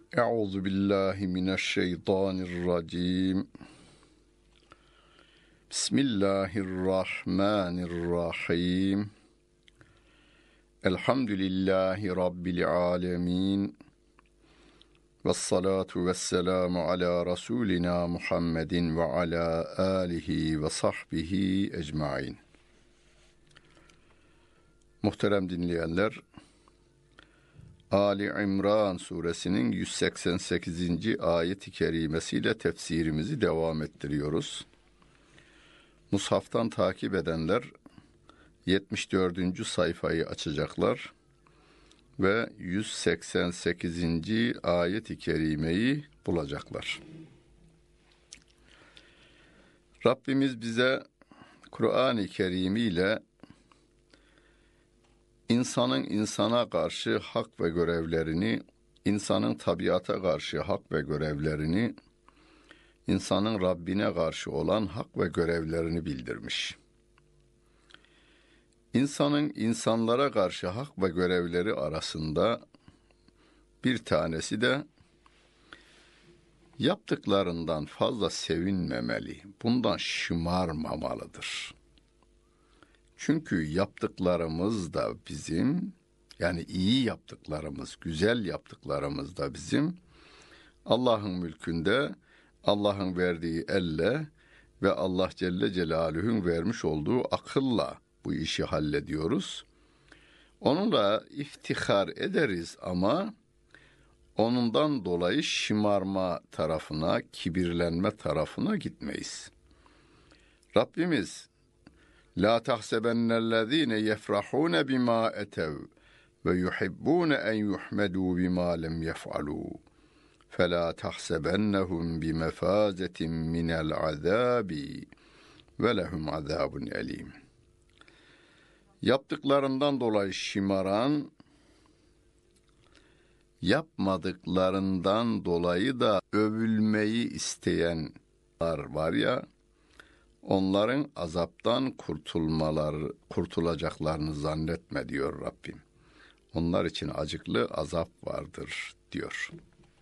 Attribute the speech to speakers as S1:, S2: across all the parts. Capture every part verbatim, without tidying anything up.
S1: Euzu billahi mineşşeytanirracim. Bismillahirrahmanirrahim. Elhamdülillahi rabbil alamin. Vessalatu vesselamu ala rasulina Muhammedin ve ala alihi ve sahbihi ecmaîn. Muhterem dinleyenler, Ali İmran suresinin yüz seksen sekizinci ayet-i kerimesiyle tefsirimizi devam ettiriyoruz. Mushaftan takip edenler yetmiş dördüncü sayfayı açacaklar ve yüz seksen sekizinci ayet-i kerimeyi bulacaklar. Rabbimiz bize Kur'an-ı Kerim ile İnsanın insana karşı hak ve görevlerini, insanın tabiata karşı hak ve görevlerini, insanın Rabbine karşı olan hak ve görevlerini bildirmiş. İnsanın insanlara karşı hak ve görevleri arasında bir tanesi de yaptıklarından fazla sevinmemeli, bundan şımarmamalıdır. Çünkü yaptıklarımız da bizim, yani iyi yaptıklarımız, güzel yaptıklarımız da bizim, Allah'ın mülkünde, Allah'ın verdiği elle ve Allah Celle Celaluhu'nun vermiş olduğu akılla bu işi hallediyoruz. Onunla iftihar ederiz ama onundan dolayı şımarma tarafına, kibirlenme tarafına gitmeyiz. Rabbimiz, La tahsebennellezine yefrahun bima etev ve yuhibbun en yuhmedu bima lem yef'alu. Fela tahsebennahum bimefazetin minel azabi ve lehum azabun elim. Yaptıklarından dolayı şımaran, yapmadıklarından dolayı da övülmeyi isteyenler var ya, onların azaptan kurtulmaları, kurtulacaklarını zannetme diyor Rabbim. Onlar için acıklı azap vardır diyor.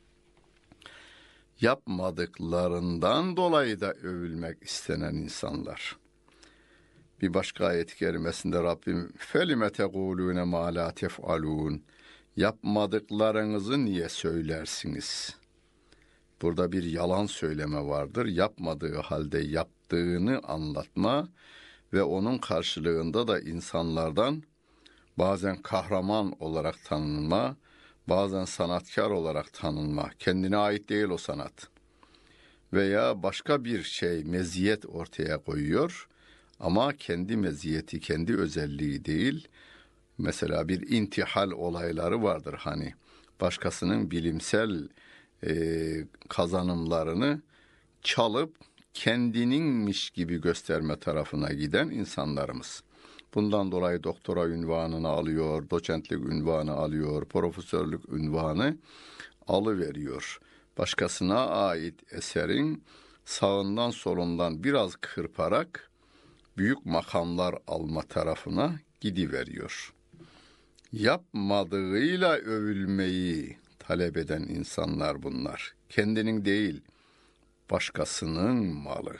S1: Yapmadıklarından dolayı da övülmek istenen insanlar. Bir başka ayet-i kerimesinde Rabbim فَلِمَ تَقُولُونَ مَا لَا تَفْعَلُونَ Yapmadıklarınızı niye söylersiniz? Burada bir yalan söyleme vardır. Yapmadığı halde yaptığını anlatma ve onun karşılığında da insanlardan bazen kahraman olarak tanınma, bazen sanatkar olarak tanınma. Kendine ait değil o sanat. Veya başka bir şey, meziyet ortaya koyuyor ama kendi meziyeti, kendi özelliği değil. Mesela bir intihal olayları vardır hani. Başkasının bilimsel e, kazanımlarını çalıp kendininmiş gibi gösterme tarafına giden insanlarımız. Bundan dolayı doktora unvanını alıyor, doçentlik unvanı alıyor, profesörlük unvanı alıveriyor. Başkasına ait eserin sağından solundan biraz kırparak büyük makamlar alma tarafına gidiveriyor. Yapmadığıyla övülmeyi talep eden insanlar bunlar. Kendinin değil, başkasının malı.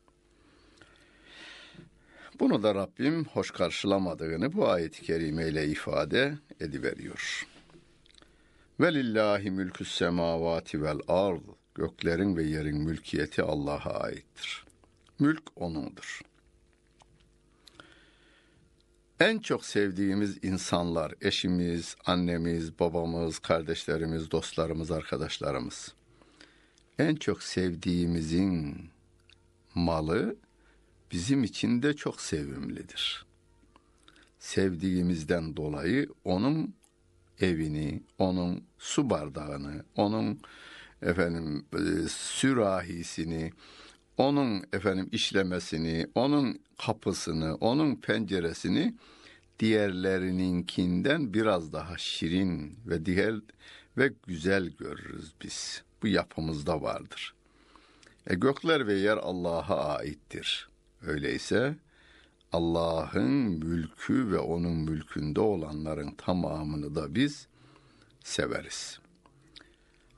S1: Bunu da Rabbim hoş karşılamadığını bu ayet-i kerimeyle ifade ediveriyor. Velillahi mülkü's semavati vel ard. Göklerin ve yerin mülkiyeti Allah'a aittir. Mülk O'nundur. En çok sevdiğimiz insanlar, eşimiz, annemiz, babamız, kardeşlerimiz, dostlarımız, arkadaşlarımız. En çok sevdiğimizin malı bizim için de çok sevimlidir. Sevdiğimizden dolayı onun evini, onun su bardağını, onun efendim sürahisini, onun efendim işlemesini, onun kapısını, onun penceresini diğerlerininkinden biraz daha şirin ve diğer ve güzel görürüz biz. Bu yapımızda vardır. E gökler ve yer Allah'a aittir. Öyleyse Allah'ın mülkü ve onun mülkünde olanların tamamını da biz severiz.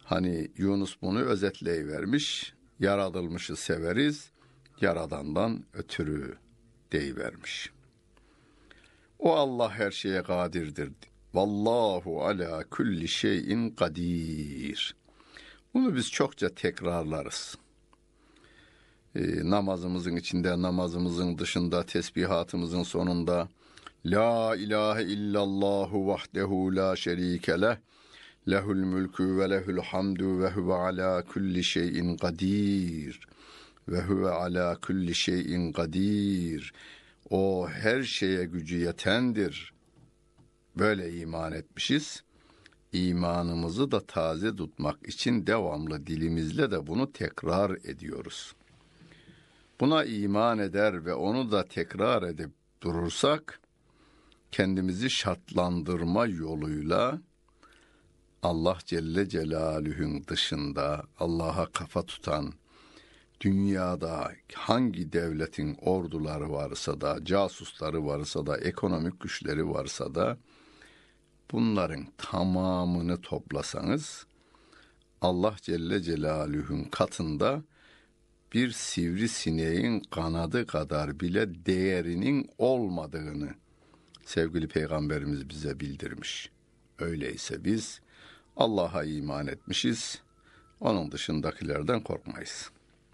S1: Hani Yunus bunu özetleyivermiş. Yaratılmışı severiz, yaradandan ötürü deyivermiş. O Allah her şeye kadirdir. Vallahu ala kulli şeyin kadir. Bunu biz çokça tekrarlarız. E, namazımızın içinde, namazımızın dışında, tesbihatımızın sonunda La ilahe illallahu vahdehu la şerike leh, lehul mülkü ve lehul hamdu ve huve ala kulli şeyin kadir. Ve huve ala kulli şeyin kadir. O her şeye gücü yetendir. Böyle iman etmişiz. İmanımızı da taze tutmak için devamlı dilimizle de bunu tekrar ediyoruz. Buna iman eder ve onu da tekrar edip durursak, kendimizi şartlandırma yoluyla Allah Celle Celaluhu'nun dışında Allah'a kafa tutan, dünyada hangi devletin orduları varsa da, casusları varsa da, ekonomik güçleri varsa da, bunların tamamını toplasanız, Allah Celle Celaluhu'nun katında bir sivrisineğin kanadı kadar bile değerinin olmadığını sevgili Peygamberimiz bize bildirmiş. Öyleyse biz Allah'a iman etmişiz, onun dışındakilerden korkmayız.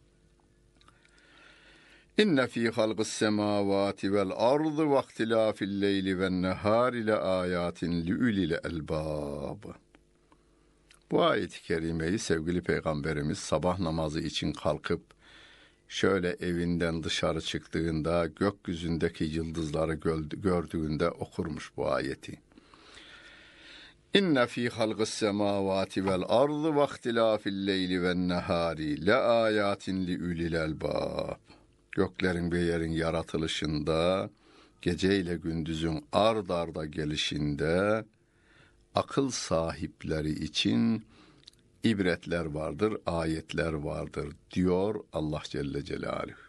S1: İnne fî halqis semâvâti vel ardı ve ihtilâfil leyli ven nehâri le âyâtin li ulil elbâb. Bu ayet-i kerimeyi sevgili Peygamberimiz sabah namazı için kalkıp şöyle evinden dışarı çıktığında gökyüzündeki yıldızları gördüğünde okurmuş bu ayeti. İnne fî halqis semâvâti vel ardı ve ihtilâfil leyli ven nehâri le âyâtin li ulil elbâb. Göklerin ve yerin yaratılışında, gece ile gündüzün ard arda gelişinde akıl sahipleri için ibretler vardır, ayetler vardır diyor Allah Celle Celaluhu.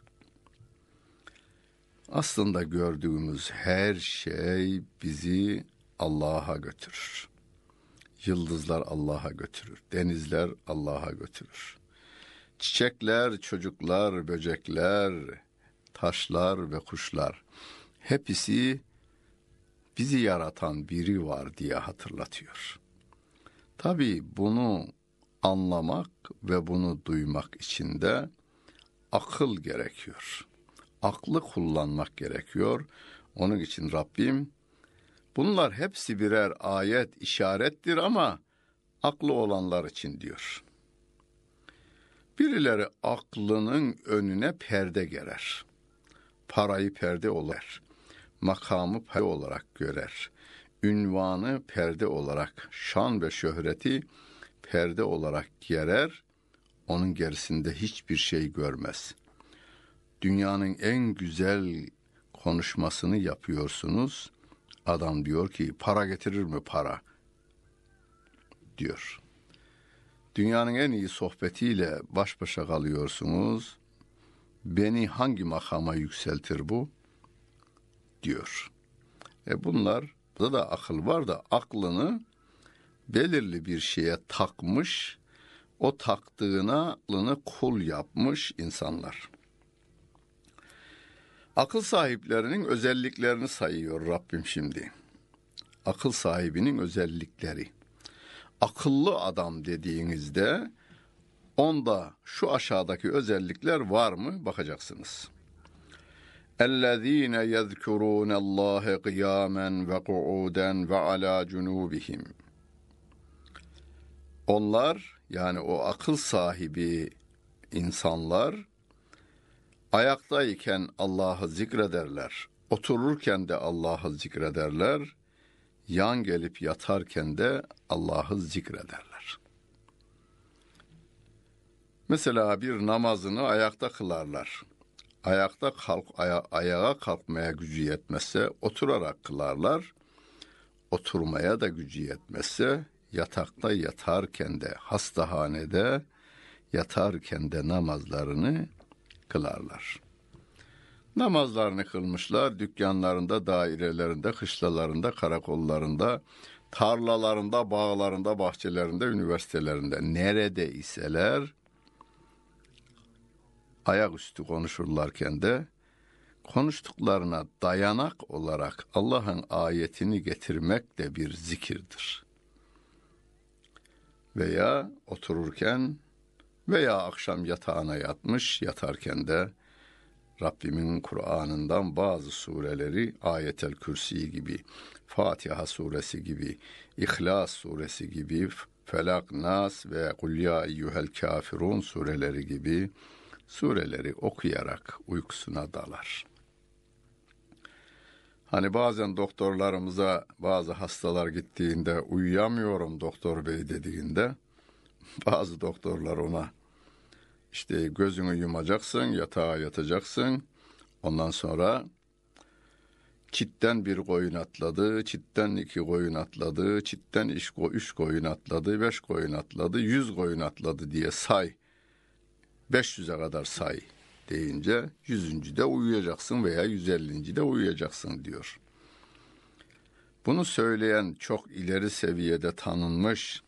S1: Aslında gördüğümüz her şey bizi Allah'a götürür. Yıldızlar Allah'a götürür, denizler Allah'a götürür. Çiçekler, çocuklar, böcekler, taşlar ve kuşlar hepsi bizi yaratan biri var diye hatırlatıyor. Tabii bunu anlamak ve bunu duymak için de akıl gerekiyor. Aklı kullanmak gerekiyor. Onun için Rabbim bunlar hepsi birer ayet, işarettir ama aklı olanlar için diyor. Birileri aklının önüne perde gerer. Parayı perde olarak, makamı perde olarak görer. Ünvanı perde olarak, şan ve şöhreti perde olarak gerer. Onun gerisinde hiçbir şey görmez. Dünyanın en güzel konuşmasını yapıyorsunuz. Adam diyor ki para getirir mi para? Diyor. Dünyanın en iyi sohbetiyle baş başa kalıyorsunuz. Beni hangi makama yükseltir bu? Diyor. E bunlar, burada da akıl var da aklını belirli bir şeye takmış, o taktığına aklını kul yapmış insanlar. Akıl sahiplerinin özelliklerini sayıyor Rabbim şimdi. Akıl sahibinin özellikleri. Akıllı adam dediğinizde onda şu aşağıdaki özellikler var mı bakacaksınız. اَلَّذ۪ينَ يَذْكُرُونَ اللّٰهَ قِيَامًا وَقُعُودًا وَعَلَى جُنُوبِهِمْ. Onlar, yani o akıl sahibi insanlar, ayaktayken Allah'ı zikrederler, otururken de Allah'ı zikrederler, yan gelip yatarken de Allah'ı zikrederler. Mesela bir namazını ayakta kılarlar. Ayakta kalk, aya, ayağa kalkmaya gücü yetmezse oturarak kılarlar. Oturmaya da gücü yetmezse yatakta yatarken de, hastahanede yatarken de namazlarını kılarlar. Namazlarını kılmışlar, dükkanlarında, dairelerinde, kışlalarında, karakollarında, tarlalarında, bağlarında, bahçelerinde, üniversitelerinde nerede iseler ayaküstü konuşurlarken de konuştuklarına dayanak olarak Allah'ın ayetini getirmek de bir zikirdir. Veya otururken veya akşam yatağına yatmış, yatarken de Rabbimin Kur'an'ından bazı sureleri, Ayetel Kürsi gibi, Fatiha suresi gibi, İhlas suresi gibi, Felak, Nas ve Kul ya eyyuhel kafirun sureleri gibi sureleri okuyarak uykusuna dalar. Hani bazen doktorlarımıza bazı hastalar gittiğinde uyuyamıyorum doktor bey dediğinde bazı doktorlar ona işte gözünü yumacaksın, yatağa yatacaksın. Ondan sonra çitten bir koyun atladı, çitten iki koyun atladı, çitten üç, üç koyun atladı, beş koyun atladı, yüz koyun atladı diye say. beş yüze kadar say deyince yüzüncüde uyuyacaksın veya yüz ellincide uyuyacaksın diyor. Bunu söyleyen çok ileri seviyede tanınmış,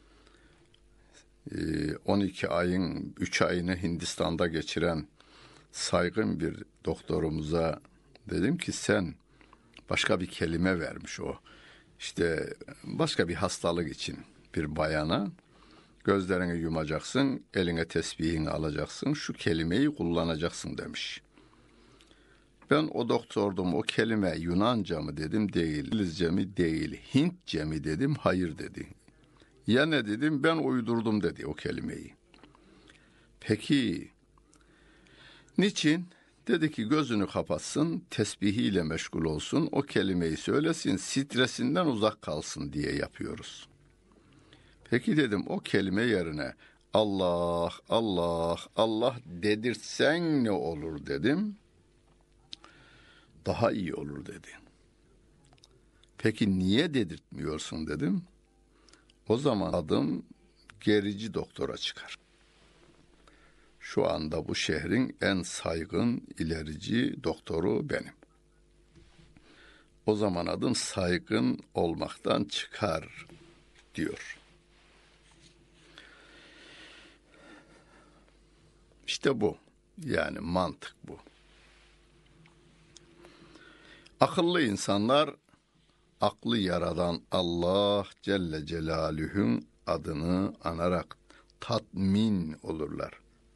S1: on iki ayın üç ayını Hindistan'da geçiren saygın bir doktorumuza dedim ki sen başka bir kelime vermiş o. İşte başka bir hastalık için bir bayana gözlerini yumacaksın, eline tesbihini alacaksın, şu kelimeyi kullanacaksın demiş. Ben o doktordum, o kelime Yunanca mı dedim, değil. İngilizce mi, değil. Hintçe mi dedim, hayır dedi. Ya ne dedim, ben uydurdum dedi o kelimeyi. Peki, niçin? Dedi ki gözünü kapatsın, tesbihiyle meşgul olsun, o kelimeyi söylesin, stresinden uzak kalsın diye yapıyoruz. Peki dedim, o kelime yerine Allah, Allah, Allah dedirsen ne olur dedim. Daha iyi olur dedi. Peki niye dedirtmiyorsun dedim. O zaman adım gerici doktora çıkar. Şu anda bu şehrin en saygın ilerici doktoru benim. O zaman adım saygın olmaktan çıkar diyor. İşte bu. Yani mantık bu. Akıllı insanlar aklı yaradan Allah Celle Celaluhu'nun adını anarak tatmin olurlar.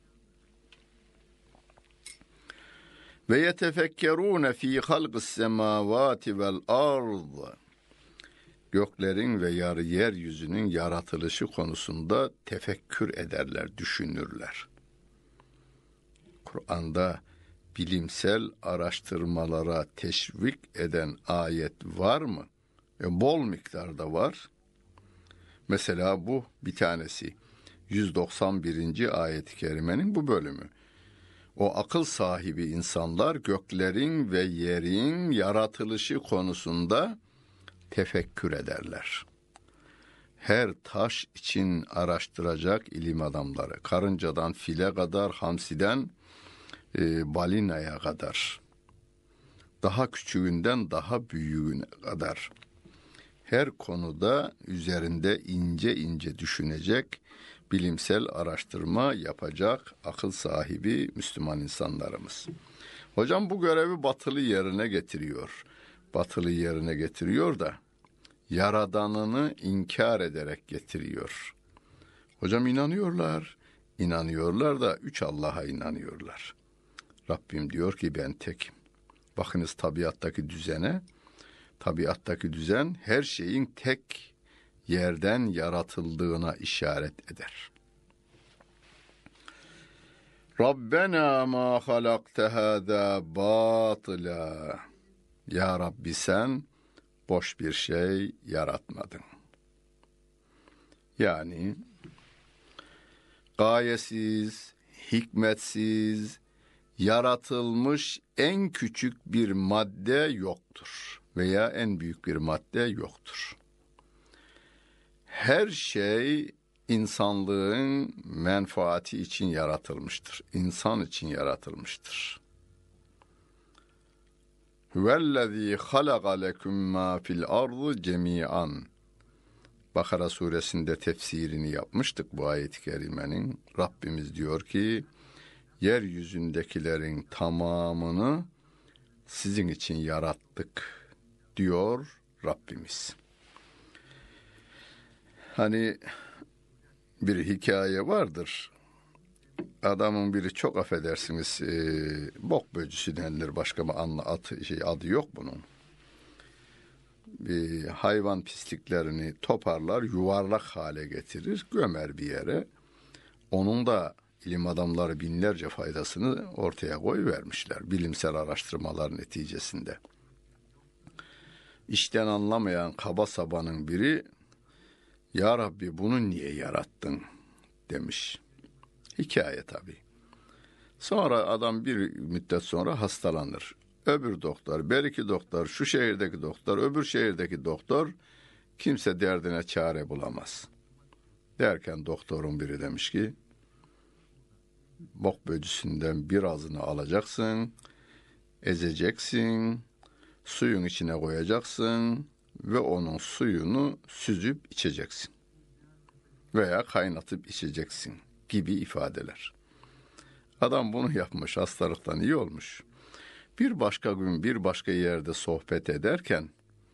S1: Ve yetefekkerûne fî halqis semâvâti vel ard. Göklerin ve yarı yeryüzünün yaratılışı konusunda tefekkür ederler, düşünürler. Kur'an'da bilimsel araştırmalara teşvik eden ayet var mı? E, bol miktarda var. Mesela bu bir tanesi. yüz doksan birinci ayet-i kerimenin bu bölümü. O akıl sahibi insanlar göklerin ve yerin yaratılışı konusunda tefekkür ederler. Her taş için araştıracak ilim adamları, karıncadan file kadar, hamsiden e, balinaya kadar, daha küçüğünden daha büyüğüne kadar, her konuda üzerinde ince ince düşünecek, bilimsel araştırma yapacak akıl sahibi Müslüman insanlarımız. Hocam bu görevi batılı yerine getiriyor. Batılı yerine getiriyor da yaradanını inkar ederek getiriyor. Hocam inanıyorlar. İnanıyorlar da üç Allah'a inanıyorlar. Rabbim diyor ki ben tekim. Bakınız tabiattaki düzene. Tabiattaki düzen her şeyin tek yerden yaratıldığına işaret eder. Rabbena ma halakte hâzâ batıla. Ya Rabbi sen boş bir şey yaratmadın. Yani gayesiz, hikmetsiz, yaratılmış en küçük bir madde yoktur veya en büyük bir madde yoktur. Her şey insanlığın menfaati için yaratılmıştır. İnsan için yaratılmıştır. Huvellezî halaka lekum mâ fil ardı cemî'an. Bakara suresinde tefsirini yapmıştık bu ayet-i kerimenin. Rabbimiz diyor ki, yeryüzündekilerin tamamını sizin için yarattık diyor Rabbimiz. Hani bir hikaye vardır. Adamın biri, çok affedersiniz, e, bok böcüsü denilir, başka bir anla, at, şey, adı yok bunun. Bir hayvan pisliklerini toparlar, yuvarlak hale getirir, gömer bir yere. Onun da ilim adamları binlerce faydasını ortaya koyuvermişler bilimsel araştırmalar neticesinde. İşten anlamayan kaba sabanın biri, ya Rabbi bunu niye yarattın demiş. Hikaye tabii. Sonra adam bir müddet sonra hastalanır. Öbür doktor, beriki doktor, şu şehirdeki doktor, öbür şehirdeki doktor, kimse derdine çare bulamaz. Derken doktorun biri demiş ki, bok böcüsünden birazını alacaksın, ezeceksin, suyun içine koyacaksın ve onun suyunu süzüp içeceksin. Veya kaynatıp içeceksin gibi ifadeler. Adam bunu yapmış, hastalıktan iyi olmuş. Bir başka gün bir başka yerde sohbet ederken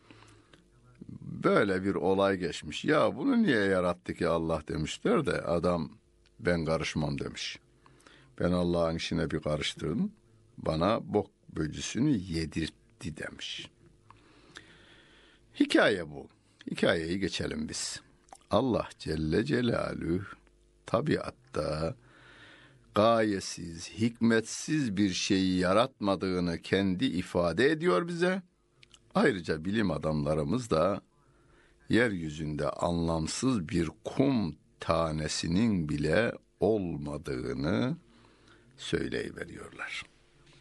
S1: böyle bir olay geçmiş. Ya bunu niye yarattı ki Allah demişler de adam, ben karışmam demiş. Ben Allah'ın işine bir karıştırdım. Bana bok böcüsünü yedirtti demiş. Hikaye bu. Hikayeyi geçelim biz. Allah Celle Celaluhu tabiatta gayesiz, hikmetsiz bir şeyi yaratmadığını kendi ifade ediyor bize. Ayrıca bilim adamlarımız da yeryüzünde anlamsız bir kum tanesinin bile olmadığını söyleyiveriyorlar.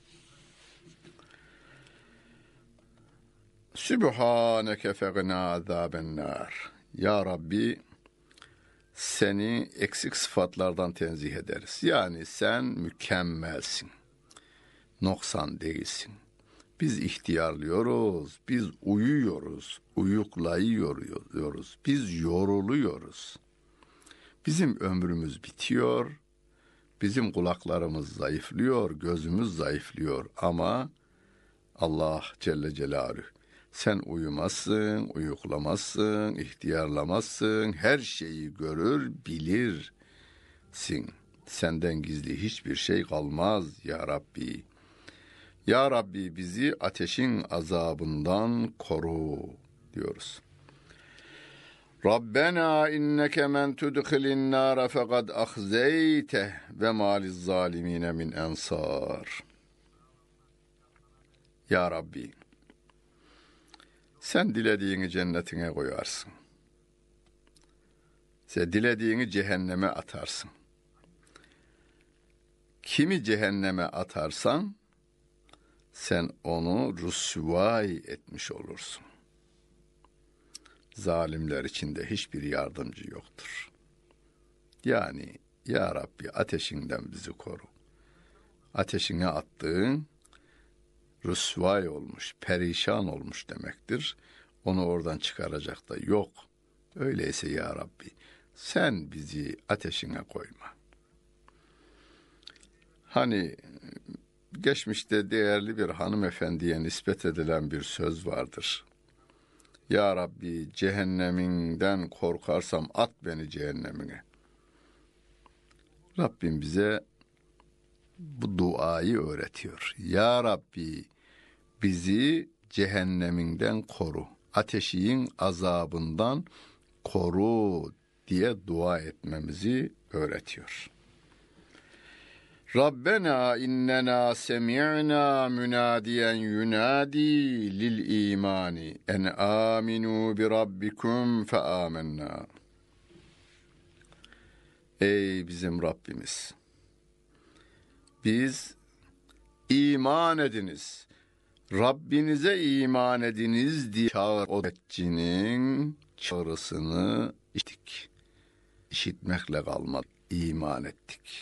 S1: Sübhaneke fegna azabennar. Ya Rabbi, seni eksik sıfatlardan tenzih ederiz. Yani sen mükemmelsin. Noksan değilsin. Biz ihtiyarlıyoruz, biz uyuyoruz, uyuklayıyoruz, biz yoruluyoruz. Bizim ömrümüz bitiyor, bizim kulaklarımız zayıflıyor, gözümüz zayıflıyor ama Allah Celle Celaluhu, sen uyumazsın, uyuklamazsın, ihtiyarlamazsın, her şeyi görür, bilirsin. Senden gizli hiçbir şey kalmaz ya Rabbi. Ya Rabbi, bizi ateşin azabından koru diyoruz. Rabbena inneke men tudkhilin nara fekad ahzeyteh ve maliz zalimine min ensar. Ya Rabbi, sen dilediğini cennetine koyarsın. Sen dilediğini cehenneme atarsın. Kimi cehenneme atarsan sen onu rüsvay etmiş olursun. Zalimler içinde hiçbir yardımcı yoktur. Yani ya Rabbi, ateşinden bizi koru. Ateşine attığın rüsvay olmuş, perişan olmuş demektir. Onu oradan çıkaracak da yok. Öyleyse ya Rabbi, sen bizi ateşine koyma. Hani geçmişte değerli bir hanımefendiye nispet edilen bir söz vardır. Ya Rabbi, cehenneminden korkarsam at beni cehennemine. Rabbim bize bu duayı öğretiyor. Ya Rabbi, bizi cehenneminden koru, ateşin azabından koru diye dua etmemizi öğretiyor. Rabbena innena semi'na münadiyen yunadi lil imani en aminu bi rabbikum fe amennâ. Ey bizim Rabbimiz, biz iman ediniz, Rabbinize iman ediniz diye çağır o bekçinin çağrısını işittik. İşitmekle kalmadı, iman ettik.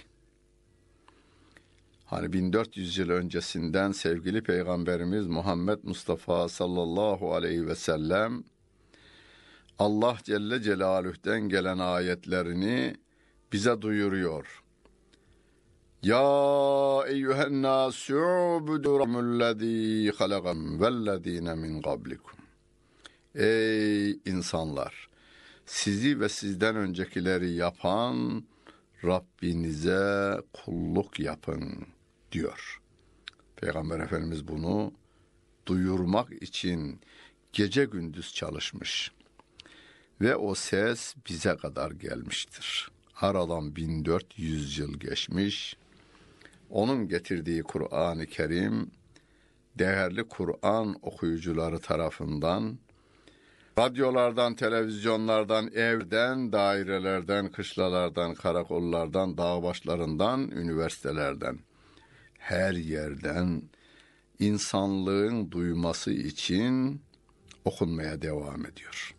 S1: Hani bin dört yüz yıl öncesinden sevgili Peygamberimiz Muhammed Mustafa sallallahu aleyhi ve sellem Allah Celle Celaluh'ten gelen ayetlerini bize duyuruyor. Ya eyyühen nâsû'budu rabbüllezî halagam vellezîne min qablikum. Ey insanlar! Sizi ve sizden öncekileri yapan Rabbinize kulluk yapın diyor. Peygamber Efendimiz bunu duyurmak için gece gündüz çalışmış. Ve o ses bize kadar gelmiştir. Aradan bin dört yüz yıl geçmiş. Onun getirdiği Kur'an-ı Kerim, değerli Kur'an okuyucuları tarafından, radyolardan, televizyonlardan, evden, dairelerden, kışlalardan, karakollardan, dağ başlarından, üniversitelerden, her yerden insanlığın duyması için okunmaya devam ediyor.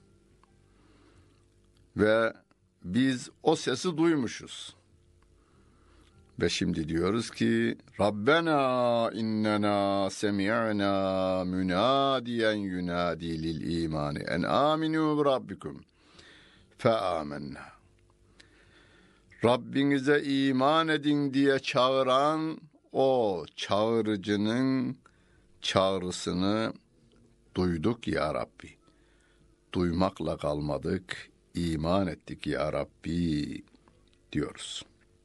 S1: Ve biz o sesi duymuşuz. Ve şimdi diyoruz ki Rabbena innena semi'na münadiyen yunadi lil imani en aminu bi rabbikum fe amennâ. Rabbinize iman edin diye çağıran o çağırıcının çağrısını duyduk ya Rabbi. Duymakla kalmadık, iman ettik ya Rabbi diyoruz.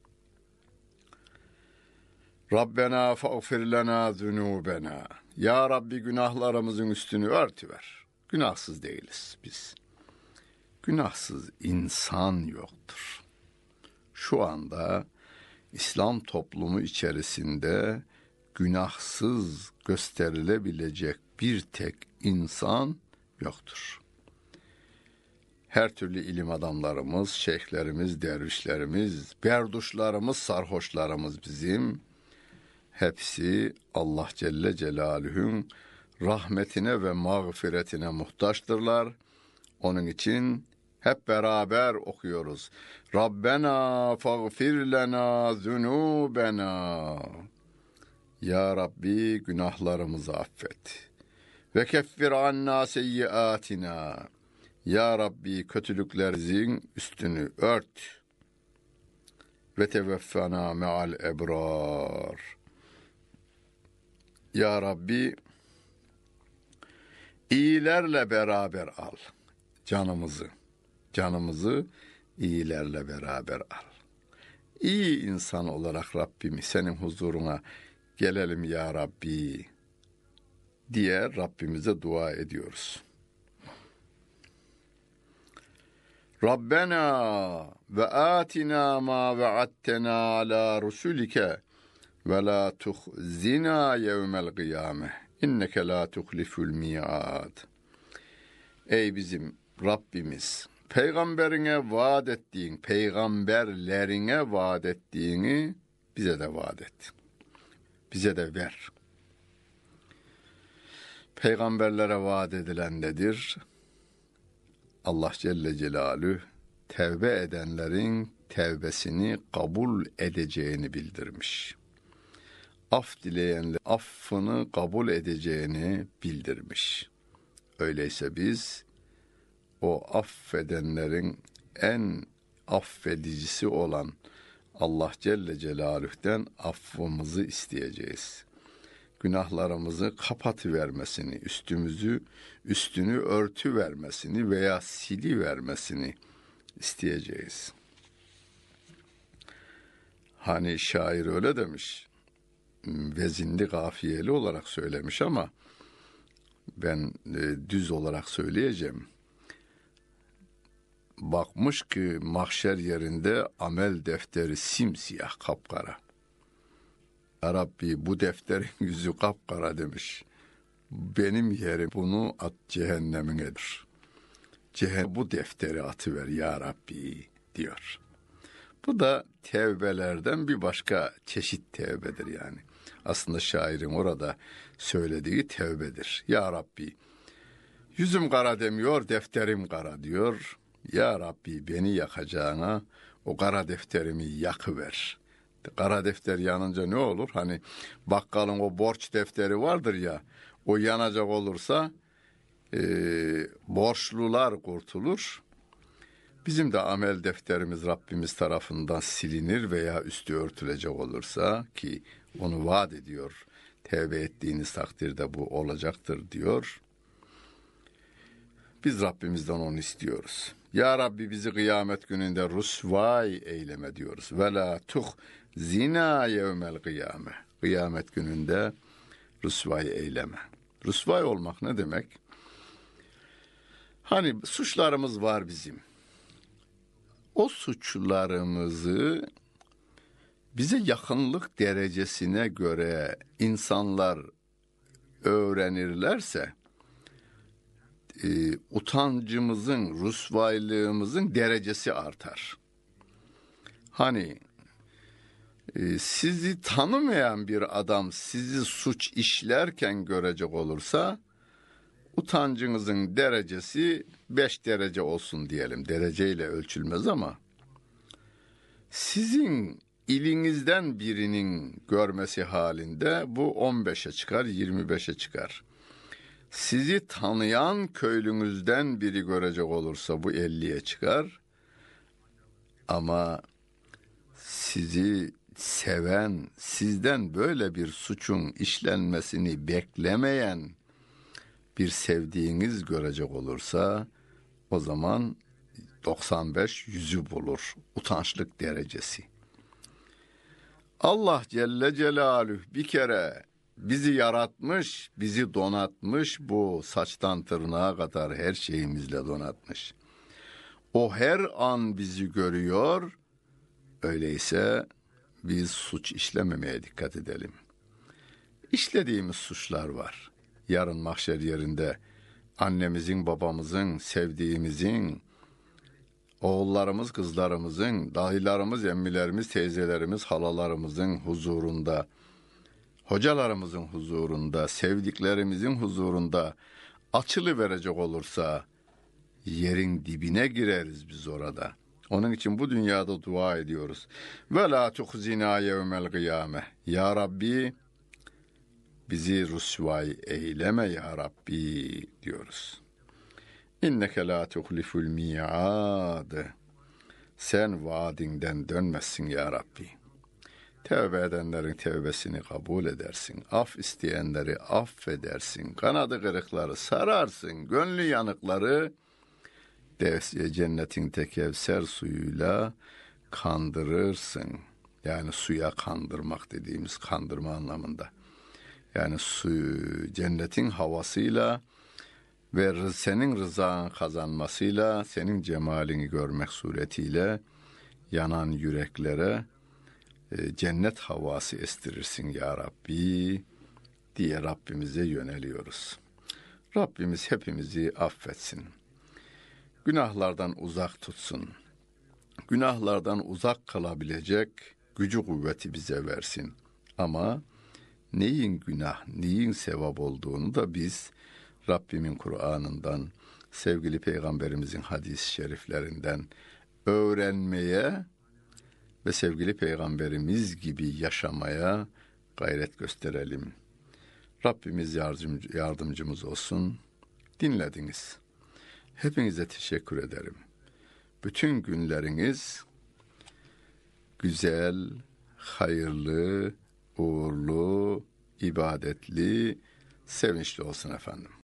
S1: Rabbena fağfir lena zunubena. Ya Rabbi günahlarımızın üstünü örtüver. Günahsız değiliz biz. Günahsız insan yoktur. Şu anda İslam toplumu içerisinde günahsız gösterilebilecek bir tek insan yoktur. Her türlü ilim adamlarımız, şeyhlerimiz, dervişlerimiz, berduşlarımız, sarhoşlarımız bizim, hepsi Allah Celle Celaluhu'nun rahmetine ve mağfiretine muhtaçtırlar. Onun için hep beraber okuyoruz. Rabbena fagfir lena zunubena. Ya Rabbi günahlarımızı affet. Ve keffir anna seyyiatina. Ya Rabbi kötülüklerimizin üstünü ört. Ve teveffena me'al ebrar. Ya Rabbi iyilerle beraber al canımızı. Canımızı iyilerle beraber al. İyi insan olarak Rabbim senin huzuruna gelelim ya Rabbi diye Rabbimize dua ediyoruz. Rabbena ve atina ma ve'attena ala rusulike ve la tuhzina yevmel kıyame inneke la tuhliful mi'ad. Ey bizim Rabbimiz, peygamberine vaat ettiğin, peygamberlerine vaat ettiğini bize de vaat et. Bize de ver. Peygamberlere vaat edilen nedir? Allah Celle Celaluhu tevbe edenlerin tevbesini kabul edeceğini bildirmiş. Af dileyenlerin affını kabul edeceğini bildirmiş. Öyleyse biz o affedenlerin en affedicisi olan Allah Celle Celaluhu'dan affımızı isteyeceğiz. Günahlarımızı kapatıvermesini, üstümüzü, üstünü örtü vermesini veya sili vermesini isteyeceğiz. Hani şair öyle demiş, vezinli kafiyeli olarak söylemiş ama ben e, düz olarak söyleyeceğim. Bakmış ki mahşer yerinde amel defteri simsiyah kapkara. Ya Rabbi bu defterin yüzü kapkara demiş. Benim yerim bunu at cehennemindedir. Cehennem bu defteri atıver ya Rabbi diyor. Bu da tevbelerden bir başka çeşit tevbedir yani. Aslında şairin orada söylediği tevbedir. Ya Rabbi yüzüm kara demiyor, defterim kara diyor. Ya Rabbi beni yakacağına o kara defterimi yakıver. Kara defter yanınca ne olur? Hani bakkalın o borç defteri vardır ya, o yanacak olursa e, borçlular kurtulur. Bizim de amel defterimiz Rabbimiz tarafından silinir veya üstü örtülecek olursa, ki onu vaat ediyor. Tevbe ettiğiniz takdirde bu olacaktır diyor. Biz Rabbimizden onu istiyoruz. Ya Rabbi bizi kıyamet gününde rusvay eyleme diyoruz. Ve la tuh zina yevmel kıyame. Kıyamet gününde rusvay eyleme. Rusvay olmak ne demek? Hani suçlarımız var bizim. O suçlarımızı bize yakınlık derecesine göre insanlar öğrenirlerse, e, utancımızın, rüsvaylığımızın derecesi artar. Hani e, sizi tanımayan bir adam sizi suç işlerken görecek olursa, utancınızın derecesi beş derece olsun diyelim. Dereceyle ölçülmez ama sizin ilinizden birinin görmesi halinde bu on beşe çıkar, yirmi beşe çıkar. Sizi tanıyan köylünüzden biri görecek olursa bu elliye çıkar. Ama sizi seven, sizden böyle bir suçun işlenmesini beklemeyen bir sevdiğiniz görecek olursa, o zaman doksan beş yüzü bulur utançlık derecesi. Allah Celle Celaluhu bir kere bizi yaratmış, bizi donatmış, bu saçtan tırnağa kadar her şeyimizle donatmış. O her an bizi görüyor, öyleyse biz suç işlememeye dikkat edelim. İşlediğimiz suçlar var. Yarın mahşer yerinde annemizin, babamızın, sevdiğimizin, oğullarımız, kızlarımızın, dayılarımız, emmilerimiz, teyzelerimiz, halalarımızın huzurunda, hocalarımızın huzurunda, sevdiklerimizin huzurunda açılıverecek olursa yerin dibine gireriz biz orada. Onun için bu dünyada dua ediyoruz. Ve la tuhzina yevmel kıyame. Ya Rabbi bizi rüsvay eyleme ya Rabbi diyoruz. İnneke la tuhliful mi'ad. Sen vaadinden dönmezsin ya Rabbi. Tevbe edenlerin tevbesini kabul edersin. Af isteyenleri affedersin. Kanadı kırıkları sararsın. Gönlü yanıkları de cennetin tekevser suyuyla kandırırsın. Yani suya kandırmak dediğimiz kandırma anlamında. Yani suyu cennetin havasıyla ve senin rızan kazanmasıyla, senin cemalini görmek suretiyle yanan yüreklere e, cennet havası estirirsin ya Rabbi diye Rabbimize yöneliyoruz. Rabbimiz hepimizi affetsin. Günahlardan uzak tutsun. Günahlardan uzak kalabilecek gücü kuvveti bize versin. Ama neyin günah, neyin sevap olduğunu da biz Rabbimin Kur'an'ından, sevgili Peygamberimizin hadis-i şeriflerinden öğrenmeye ve sevgili Peygamberimiz gibi yaşamaya gayret gösterelim. Rabbimiz yardımcı, yardımcımız olsun. Dinlediniz. Hepinize teşekkür ederim. Bütün günleriniz güzel, hayırlı, uğurlu, ibadetli, sevinçli olsun efendim.